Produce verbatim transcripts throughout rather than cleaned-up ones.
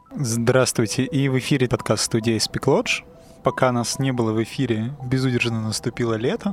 Здравствуйте, и в эфире подкаст студии Speak Lodge. Пока нас не было в эфире, безудержно наступило лето.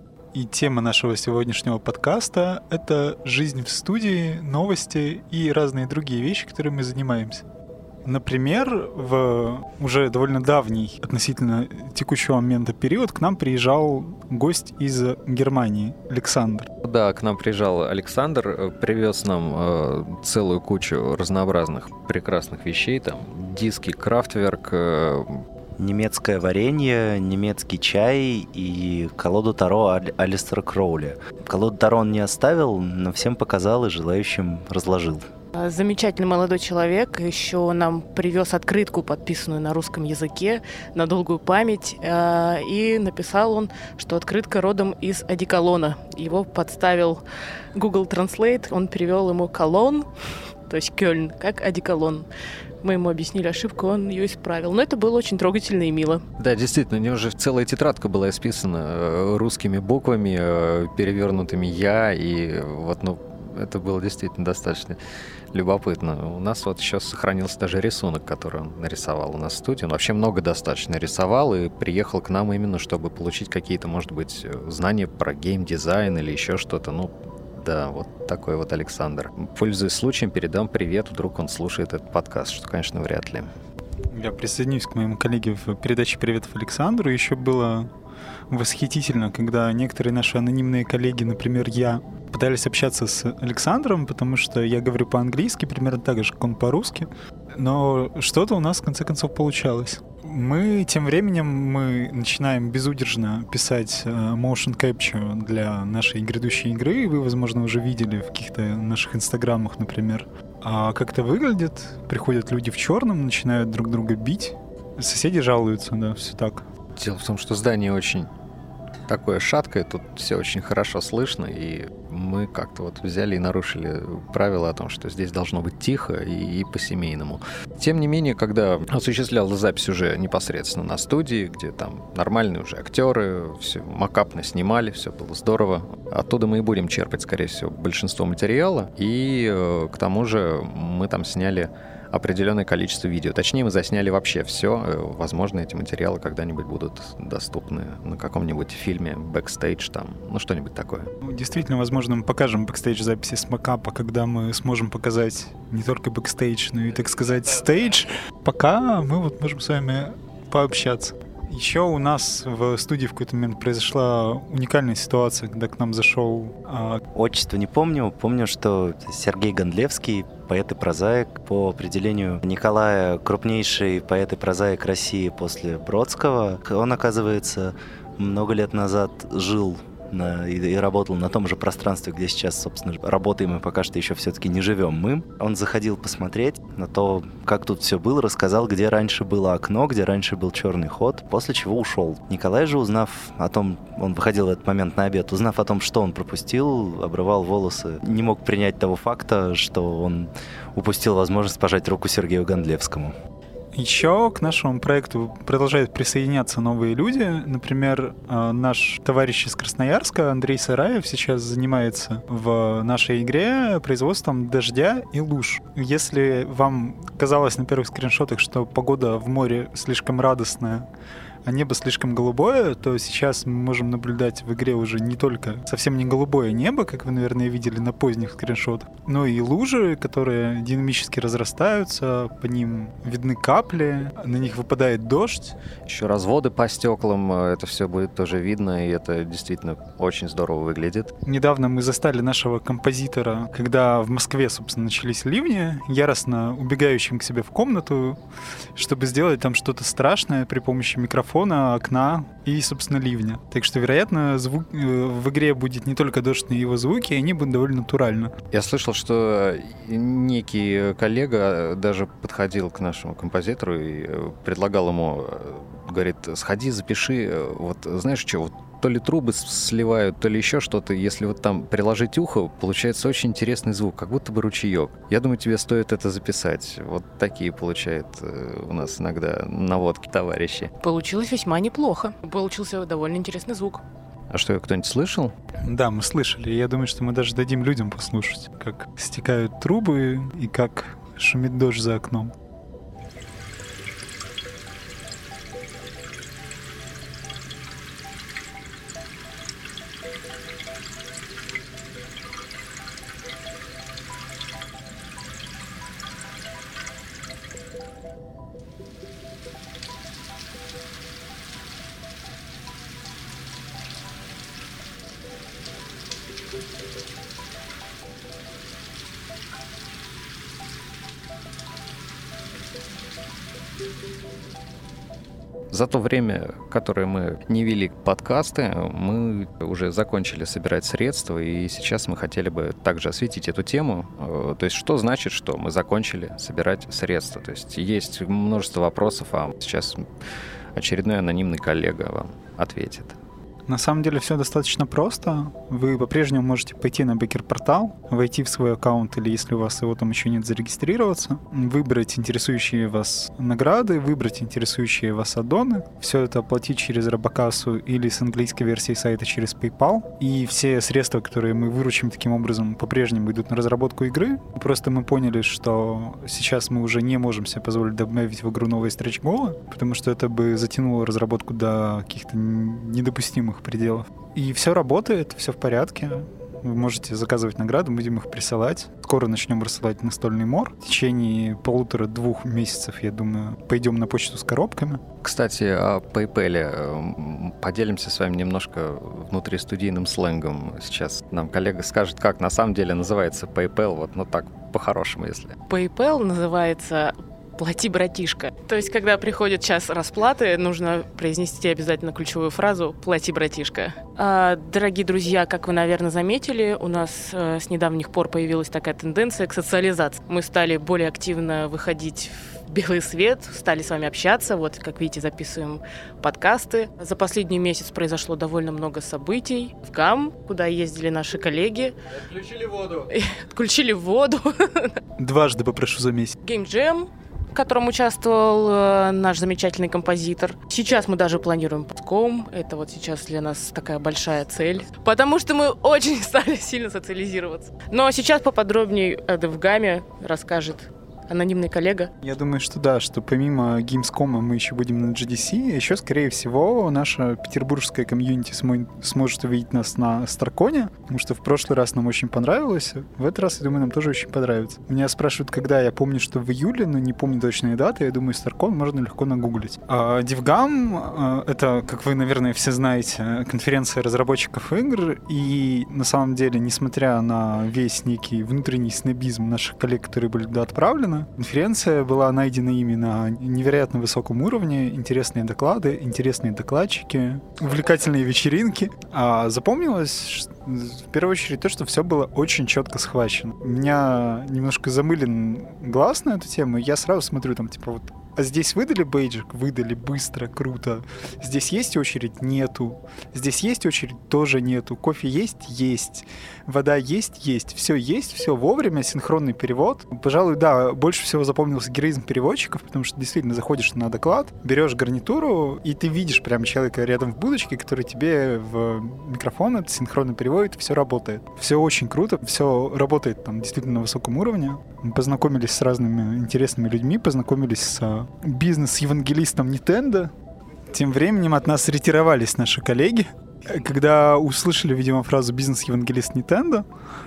И тема нашего сегодняшнего подкаста — это жизнь в студии, новости и разные другие вещи, которыми мы занимаемся. Например, в уже довольно давний, относительно текущего момента период, к нам приезжал гость из Германии, Александр. Да, к нам приезжал Александр, привез нам э, целую кучу разнообразных прекрасных вещей, там диски, Kraftwerk, э, немецкое варенье, немецкий чай и колоду Таро Аль- Алистера Кроули. Колоду Таро он не оставил, но всем показал и желающим разложил. Замечательный молодой человек еще нам привез открытку, подписанную на русском языке, на долгую память. И написал он, что открытка родом из одеколона. Его подставил Google Translate, он перевел ему «колон», то есть «Кёльн», как «одеколон». Мы ему объяснили ошибку, он ее исправил. Но это было очень трогательно и мило. Да, действительно, у него же целая тетрадка была исписана русскими буквами, перевернутыми «я», и вот, ну, это было действительно достаточно любопытно. У нас вот еще сохранился даже рисунок, который он нарисовал у нас в студии. Он вообще много достаточно рисовал и приехал к нам именно, чтобы получить какие-то, может быть, знания про геймдизайн или еще что-то. Ну, да, вот такой вот Александр. Пользуясь случаем, передам привет, вдруг он слушает этот подкаст, что, конечно, вряд ли. Я присоединюсь к моему коллеге в передаче «Приветов Александру». Еще было восхитительно, когда некоторые наши анонимные коллеги, например, я, пытались общаться с Александром, потому что я говорю по-английски примерно так же, как он по-русски, но что-то у нас в конце концов получалось. Мы тем временем мы начинаем безудержно писать motion capture для нашей грядущей игры. Вы, возможно, уже видели в каких-то наших инстаграмах, например. А как это выглядит? Приходят люди в черном, начинают друг друга бить. Соседи жалуются, да, все так. Дело в том, что здание очень такое шаткое, тут все очень хорошо слышно, и мы как-то вот взяли и нарушили правила о том, что здесь должно быть тихо и, и по-семейному. Тем не менее, когда осуществлял запись уже непосредственно на студии, где там нормальные уже актеры, все макапно снимали, все было здорово, оттуда мы и будем черпать, скорее всего, большинство материала, и э, к тому же мы там сняли определенное количество видео. Точнее, мы засняли вообще все. Возможно, эти материалы когда-нибудь будут доступны на каком-нибудь фильме, бэкстейдж там, ну что-нибудь такое. Действительно, возможно, мы покажем бэкстейдж-записи с макапа, когда мы сможем показать не только бэкстейдж, но и, так сказать, стейдж. Пока мы вот можем с вами пообщаться. Еще у нас в студии в какой-то момент произошла уникальная ситуация, когда к нам зашел... А... Отчество не помню. Помню, что Сергей Гондлевский, поэт и прозаик, по определению Николая, крупнейший поэт и прозаик России после Бродского. Он, оказывается, много лет назад жил на, и, и работал на том же пространстве, где сейчас, собственно, работаем, и пока что еще все-таки не живем мы. Он заходил посмотреть на то, как тут все было, рассказал, где раньше было окно, где раньше был черный ход, после чего ушел. Николай же, узнав о том, он выходил в этот момент на обед, узнав о том, что он пропустил, обрывал волосы, не мог принять того факта, что он упустил возможность пожать руку Сергею Гондлевскому. Еще к нашему проекту продолжают присоединяться новые люди. Например, наш товарищ из Красноярска Андрей Сараев сейчас занимается в нашей игре производством дождя и луж. Если вам казалось на первых скриншотах, что погода в море слишком радостная, а небо слишком голубое, то сейчас мы можем наблюдать в игре уже не только совсем не голубое небо, как вы, наверное, видели на поздних скриншотах, но и лужи, которые динамически разрастаются, по ним видны капли, на них выпадает дождь. Еще разводы по стеклам, это все будет тоже видно, и это действительно очень здорово выглядит. Недавно мы застали нашего композитора, когда в Москве, собственно, начались ливни, яростно убегающим к себе в комнату, чтобы сделать там что-то страшное при помощи микрофона, окна и, собственно, ливня. Так что, вероятно, звук, в игре будет не только дождь, но и его звуки, и они будут довольно натурально. Я слышал, что некий коллега даже подходил к нашему композитору и предлагал ему, говорит, сходи, запиши, вот знаешь что, вот то ли трубы сливают, то ли еще что-то. Если вот там приложить ухо, получается очень интересный звук, как будто бы ручеек. Я думаю, тебе стоит это записать. Вот такие получают у нас иногда наводки товарищи. Получилось весьма неплохо. Получился довольно интересный звук. А что, кто-нибудь слышал? Да, мы слышали. Я думаю, что мы даже дадим людям послушать, как стекают трубы и как шумит дождь за окном. За то время, которое мы не вели подкасты, мы уже закончили собирать средства, и сейчас мы хотели бы также осветить эту тему. То есть что значит, что мы закончили собирать средства? То есть есть множество вопросов, а сейчас очередной анонимный коллега вам ответит. На самом деле все достаточно просто. Вы по-прежнему можете пойти на Беккер-портал, войти в свой аккаунт, или если у вас его там еще нет, зарегистрироваться, выбрать интересующие вас награды, выбрать интересующие вас аддоны, все это оплатить через робокассу или с английской версии сайта через PayPal. И все средства, которые мы выручим таким образом, по-прежнему идут на разработку игры. Просто мы поняли, что сейчас мы уже не можем себе позволить добавить в игру новые stretch goals, потому что это бы затянуло разработку до каких-то недопустимых пределов. И все работает, все в порядке. Вы можете заказывать награды, будем их присылать. Скоро начнем рассылать настольный мор. В течение полутора-двух месяцев, я думаю, пойдем на почту с коробками. Кстати, о PayPal. Поделимся с вами немножко внутристудийным сленгом. Сейчас нам коллега скажет, как на самом деле называется PayPal. Вот, ну так, по-хорошему, если. PayPal называется «Плати, братишка». То есть, когда приходит час расплаты, нужно произнести обязательно ключевую фразу «Плати, братишка». А, дорогие друзья, как вы, наверное, заметили, у нас э, с недавних пор появилась такая тенденция к социализации. Мы стали более активно выходить в белый свет, стали с вами общаться. Вот, как видите, записываем подкасты. За последний месяц произошло довольно много событий. В ГАМ, куда ездили наши коллеги. Отключили воду. Отключили воду. Дважды попрошу за месяц. Game Jam, в котором участвовал э, наш замечательный композитор. Сейчас мы даже планируем подком. Это вот сейчас для нас такая большая цель. Потому что мы очень стали сильно социализироваться. Но сейчас поподробнее о DevGam расскажет анонимный коллега. Я думаю, что да, что помимо Gamescom мы еще будем на джи ди си, еще, скорее всего, наша петербургская комьюнити смо- сможет увидеть нас на Старконе, потому что в прошлый раз нам очень понравилось, в этот раз, я думаю, нам тоже очень понравится. Меня спрашивают, когда, я помню, что в июле, но не помню точные даты, я думаю, Старкон можно легко нагуглить. А DevGam — это, как вы, наверное, все знаете, конференция разработчиков игр, и на самом деле, несмотря на весь некий внутренний снобизм наших коллег, которые были туда отправлены, конференция была найдена ими на невероятно высоком уровне, интересные доклады, интересные докладчики, увлекательные вечеринки. А запомнилось в первую очередь то, что все было очень четко схвачено. У меня немножко замылен глаз на эту тему, и я сразу смотрю там, типа, вот, а здесь выдали бейджик? Выдали, быстро, круто. Здесь есть очередь? Нету. Здесь есть очередь? Тоже нету. Кофе есть? Есть. Вода есть? Есть. Все есть, все вовремя, синхронный перевод. Пожалуй, да, больше всего запомнился героизм переводчиков, потому что действительно заходишь на доклад, берешь гарнитуру, и ты видишь прям человека рядом в будочке, который тебе в микрофон это синхронно переводит, все работает. Все очень круто, все работает там действительно на высоком уровне. Мы познакомились с разными интересными людьми, познакомились с бизнес-евангелистом Nintendo. Тем временем от нас ретировались наши коллеги. Когда услышали, видимо, фразу «бизнес-евангелист Nintendo»,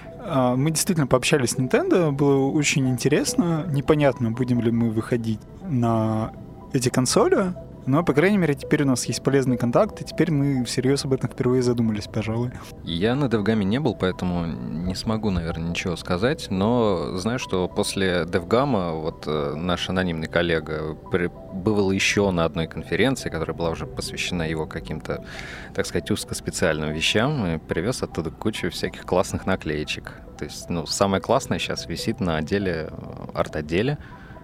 мы действительно пообщались с Nintendo, было очень интересно. Непонятно, будем ли мы выходить на эти консоли, но, по крайней мере, теперь у нас есть полезный контакт, и теперь мы всерьез об этом впервые задумались, пожалуй. Я на DevGam не был, поэтому не смогу, наверное, ничего сказать, но знаю, что после DevGam вот наш анонимный коллега бывал еще на одной конференции, которая была уже посвящена его каким-то, так сказать, узкоспециальным вещам, и привез оттуда кучу всяких классных наклеечек. То есть, ну, самое классное сейчас висит на отделе, арт-отделе,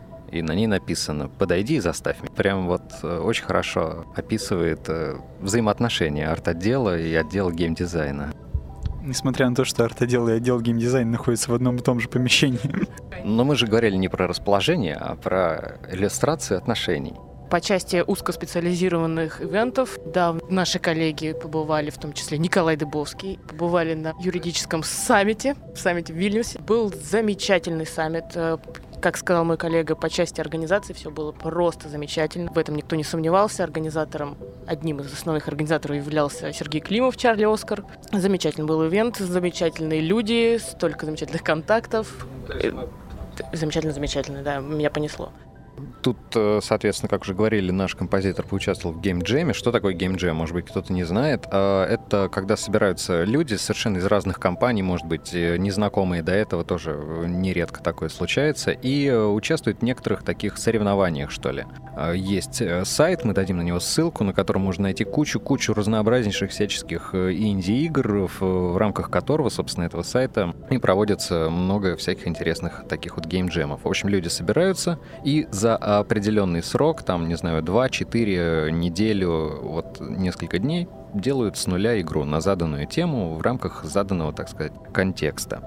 и на ней написано «Подойди и заставь меня». Прям вот очень хорошо описывает взаимоотношения арт-отдела и отдела геймдизайна. Несмотря на то, что арт-отдел и отдел геймдизайна находятся в одном и том же помещении. Но мы же говорили не про расположение, а про иллюстрацию отношений. По части узкоспециализированных ивентов, да, наши коллеги побывали, в том числе Николай Дыбовский, побывали на юридическом саммите, в саммите в Вильнюсе. Был замечательный саммит. Как сказал мой коллега, по части организации все было просто замечательно. В этом никто не сомневался. Организатором, одним из основных организаторов являлся Сергей Климов, Чарли Оскар. Замечательный был ивент, замечательные люди, столько замечательных контактов. Замечательно-замечательно, да, меня понесло. Тут, соответственно, как уже говорили, наш композитор поучаствовал в геймджеме. Что такое геймджем? Может быть, кто-то не знает. Это когда собираются люди совершенно из разных компаний, может быть, незнакомые до этого, тоже нередко такое случается, и участвуют в некоторых таких соревнованиях, что ли. Есть сайт, мы дадим на него ссылку, на котором можно найти кучу-кучу разнообразнейших всяческих инди-игр, в, в рамках которого, собственно, этого сайта и проводится много всяких интересных таких вот геймджемов. В общем, люди собираются и за определенный срок, там, не знаю, два-четыре неделю, вот несколько дней, делают с нуля игру на заданную тему в рамках заданного, так сказать, контекста.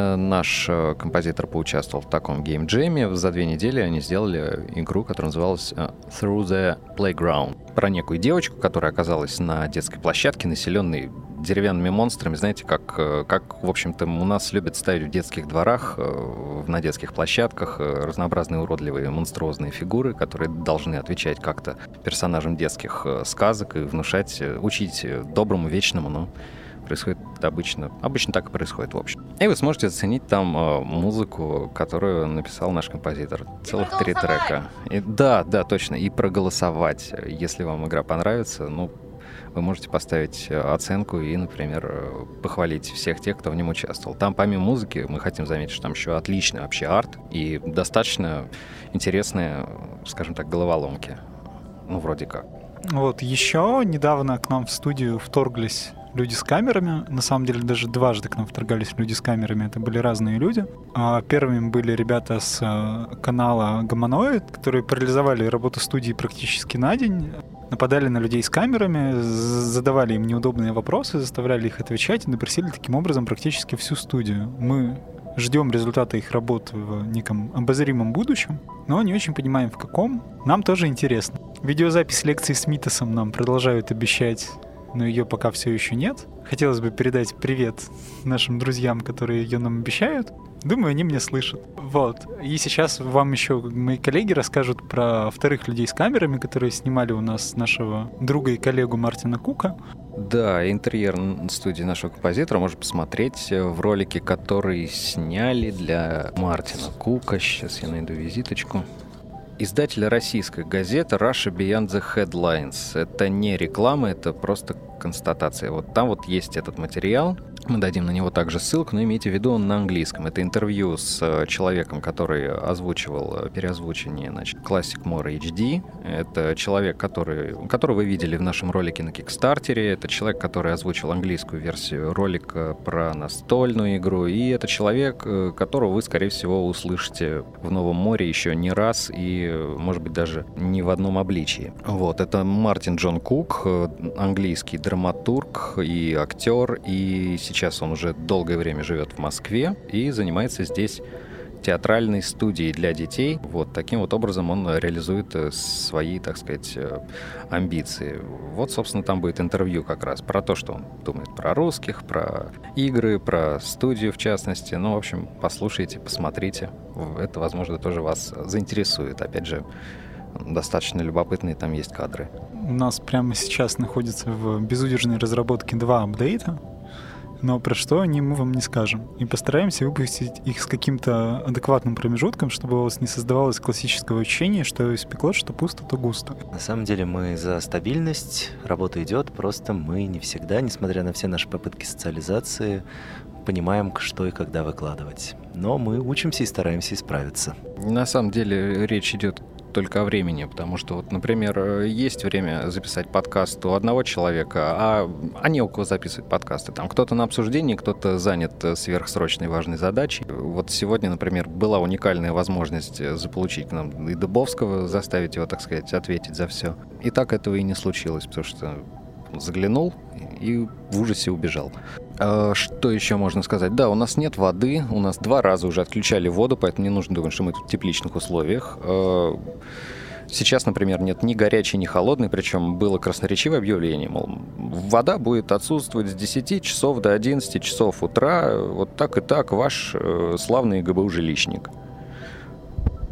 Наш композитор поучаствовал в таком геймджеме. За две недели они сделали игру, которая называлась Through the Playground. Про некую девочку, которая оказалась на детской площадке, населенной деревянными монстрами. Знаете, как, как, в общем-то, у нас любят ставить в детских дворах, на детских площадках разнообразные уродливые монструозные фигуры, которые должны отвечать как-то персонажам детских сказок и внушать, учить доброму, вечному, но происходит обычно. Обычно так и происходит, в общем. И вы сможете оценить там э, музыку, которую написал наш композитор. Целых три трека. И, да, да, точно. И проголосовать. Если вам игра понравится, ну, вы можете поставить оценку и, например, похвалить всех тех, кто в нем участвовал. Там, помимо музыки, мы хотим заметить, что там еще отличный вообще арт и достаточно интересные, скажем так, головоломки. Ну, вроде как. Вот, еще недавно к нам в студию вторглись люди с камерами. На самом деле даже дважды к нам вторгались люди с камерами. Это были разные люди. Первыми были ребята с канала Гомоноид, которые парализовали работу студии практически на день. Нападали на людей с камерами, задавали им неудобные вопросы, заставляли их отвечать и допросили таким образом практически всю студию. Мы ждем результата их работ в неком обозримом будущем, но не очень понимаем, в каком. Нам тоже интересно. Видеозапись лекции с Митасом нам продолжают обещать, но ее пока все еще нет. Хотелось бы передать привет нашим друзьям, которые ее нам обещают. Думаю, они меня слышат. Вот. И сейчас вам еще мои коллеги расскажут про вторых людей с камерами, которые снимали у нас нашего друга и коллегу Мартина Кука. Да, интерьер студии нашего композитора можно посмотреть в ролике, который сняли для Мартина Кука. Сейчас я найду визиточку. Издатель российской газеты Russia Beyond the Headlines. Это не реклама, это просто констатация. Вот там вот есть этот материал. Мы дадим на него также ссылку, но имейте в виду, он на английском. Это интервью с человеком, который озвучивал переозвучение, значит, Classic More эйч ди. Это человек, который, которого вы видели в нашем ролике на Кикстартере. Это человек, который озвучил английскую версию ролика про настольную игру. И это человек, которого вы, скорее всего, услышите в Новом море еще не раз и, может быть, даже не в одном обличии. Вот, это Мартин Джон Кук, английский драматург и актер, и сейчас он уже долгое время живет в Москве и занимается здесь театральной студией для детей. Вот таким вот образом он реализует свои, так сказать, амбиции. Вот, собственно, там будет интервью как раз про то, что он думает про русских, про игры, про студию в частности. Ну, в общем, послушайте, посмотрите. Это, возможно, тоже вас заинтересует. Опять же, достаточно любопытные там есть кадры. У нас прямо сейчас находится в безудержной разработке два апдейта, но про что они мы вам не скажем. И постараемся выпустить их с каким-то адекватным промежутком, чтобы у вас не создавалось классического ощущения, что испекло, что пусто, то густо. На самом деле мы за стабильность, работа идет, просто мы не всегда, несмотря на все наши попытки социализации, понимаем, что и когда выкладывать. Но мы учимся и стараемся исправиться. На самом деле речь идет только о времени, потому что, вот, например, есть время записать подкаст у одного человека, а, а не у кого записывать подкасты. Там кто-то на обсуждении, кто-то занят сверхсрочной важной задачей. Вот сегодня, например, была уникальная возможность заполучить к нам и Дубовского, заставить его, так сказать, ответить за все. И так этого и не случилось, потому что заглянул и в ужасе убежал. А что еще можно сказать? Да, у нас нет воды, у нас два раза уже отключали воду, поэтому не нужно думать, что мы тут в тепличных условиях. Сейчас, например, нет ни горячей, ни холодной, причем было красноречивое объявление, мол, вода будет отсутствовать с десяти часов до одиннадцати часов утра, вот так и так, ваш славный ГБУ-жилищник.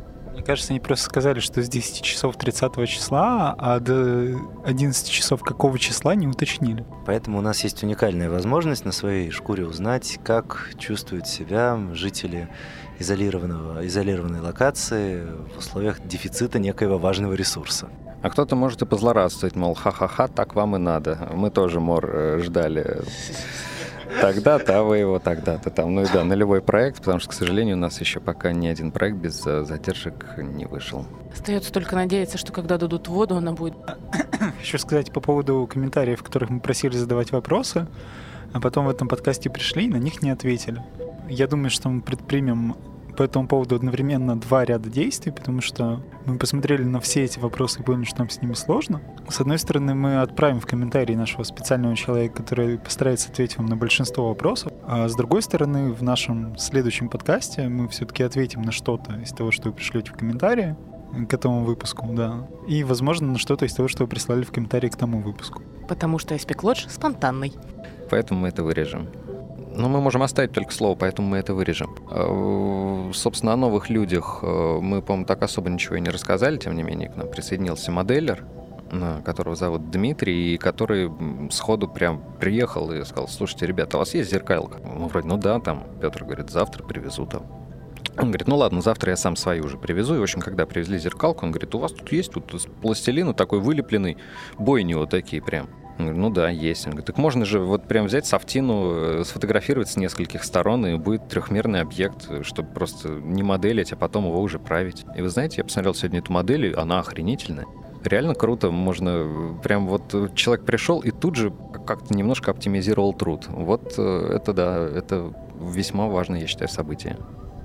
кажется, они просто сказали, что с десяти часов тридцатого числа, а до одиннадцати часов какого числа не уточнили. Поэтому у нас есть уникальная возможность на своей шкуре узнать, как чувствуют себя жители изолированного, изолированной локации в условиях дефицита некоего важного ресурса. А кто-то может и позлорадствовать, мол, ха-ха-ха, так вам и надо. Мы тоже мор э, ждали тогда-то, а вы его тогда-то там. Ну и да, нулевой проект, потому что, к сожалению, у нас еще пока ни один проект без задержек не вышел. Остается только надеяться, что когда дадут воду, она будет... Хочу сказать по поводу комментариев, в которых мы просили задавать вопросы, а потом в этом подкасте пришли и на них не ответили. Я думаю, что мы предпримем по этому поводу одновременно два ряда действий, потому что мы посмотрели на все эти вопросы и поняли, что нам с ними сложно. С одной стороны, мы отправим в комментарии нашего специального человека, который постарается ответить вам на большинство вопросов, а с другой стороны, в нашем следующем подкасте мы все-таки ответим на что-то из того, что вы пришлете в комментарии к этому выпуску, да, и, возможно, на что-то из того, что вы прислали в комментарии к тому выпуску. Потому что Aspect Lodge спонтанный. Поэтому мы это вырежем. Но мы можем оставить только слово, поэтому мы это вырежем. Собственно, о новых людях мы, по-моему, так особо ничего и не рассказали. Тем не менее, к нам присоединился моделлер, которого зовут Дмитрий, и который сходу прям приехал и сказал: слушайте, ребята, у вас есть зеркалка? Мы вроде, ну да, там, Петр говорит, завтра привезу там. Он говорит, ну ладно, завтра я сам свою уже привезу. И, в общем, когда привезли зеркалку, он говорит, у вас тут есть тут из пластилина такой вылепленный, бойни вот такие прям. Я говорю, ну да, есть. Он говорит, так можно же вот прям взять софтину, сфотографировать с нескольких сторон, и будет трехмерный объект, чтобы просто не моделить, а потом его уже править. И вы знаете, я посмотрел сегодня эту модель, и она охренительная. Реально круто, можно прям вот человек пришел и тут же как-то немножко оптимизировал труд. Вот это да, это весьма важное, я считаю, событие.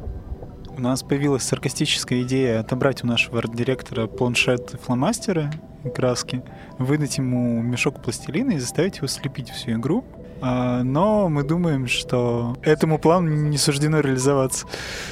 У нас появилась саркастическая идея отобрать у нашего арт-директора планшет и фломастеры и краски, выдать ему мешок пластилина и заставить его слепить всю игру. А, но мы думаем, что этому плану не суждено реализоваться.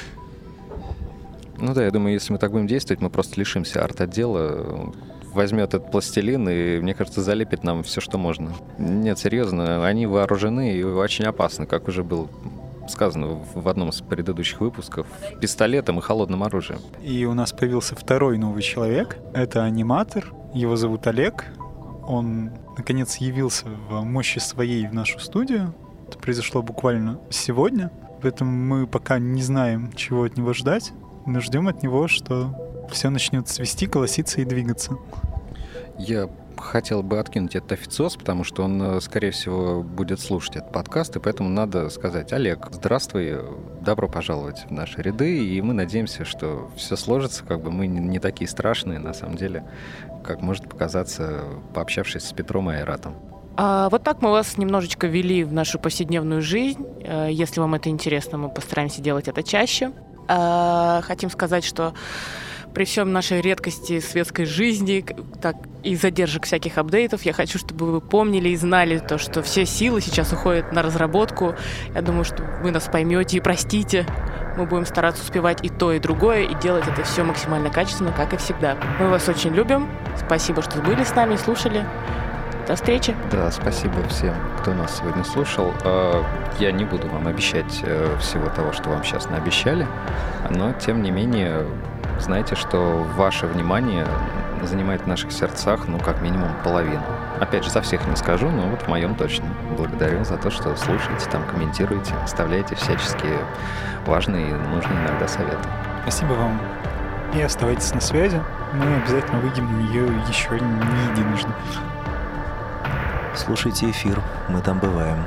Ну да, я думаю, если мы так будем действовать, мы просто лишимся арт-отдела. Возьмет этот пластилин и, мне кажется, залепит нам все, что можно. Нет, серьезно, они вооружены и очень опасны, как уже было сказано в одном из предыдущих выпусков, пистолетом и холодным оружием. И у нас появился второй новый человек. Это аниматор. Его зовут Олег. Он, наконец, явился в мощи своей в нашу студию. Это произошло буквально сегодня. Поэтому мы пока не знаем, чего от него ждать, но ждем от него, что все начнет свисти, колоситься и двигаться. Я хотел бы откинуть этот официоз, потому что он, скорее всего, будет слушать этот подкаст, и поэтому надо сказать: Олег, здравствуй, добро пожаловать в наши ряды, и мы надеемся, что все сложится, как бы мы не такие страшные, на самом деле, как может показаться, пообщавшись с Петром и Айратом. А вот так мы вас немножечко ввели в нашу повседневную жизнь. Если вам это интересно, мы постараемся делать это чаще. Хотим сказать, что при всем нашей редкости светской жизни, так и задержек всяких апдейтов, я хочу, чтобы вы помнили и знали то, что все силы сейчас уходят на разработку. Я думаю, что вы нас поймете и простите. Мы будем стараться успевать и то, и другое, и делать это все максимально качественно, как и всегда. Мы вас очень любим. Спасибо, что были с нами, слушали. До встречи. Да, спасибо всем, кто нас сегодня слушал. Я не буду вам обещать всего того, что вам сейчас наобещали, но, тем не менее, знайте, что ваше внимание занимает в наших сердцах, ну, как минимум, половину. Опять же, за всех не скажу, но вот в моем точно. Благодарю за то, что слушаете, там, комментируете, оставляете всяческие важные и нужные иногда советы. Спасибо вам. И оставайтесь на связи. Мы обязательно выйдем на нее еще не единожды. Слушайте эфир, мы там бываем.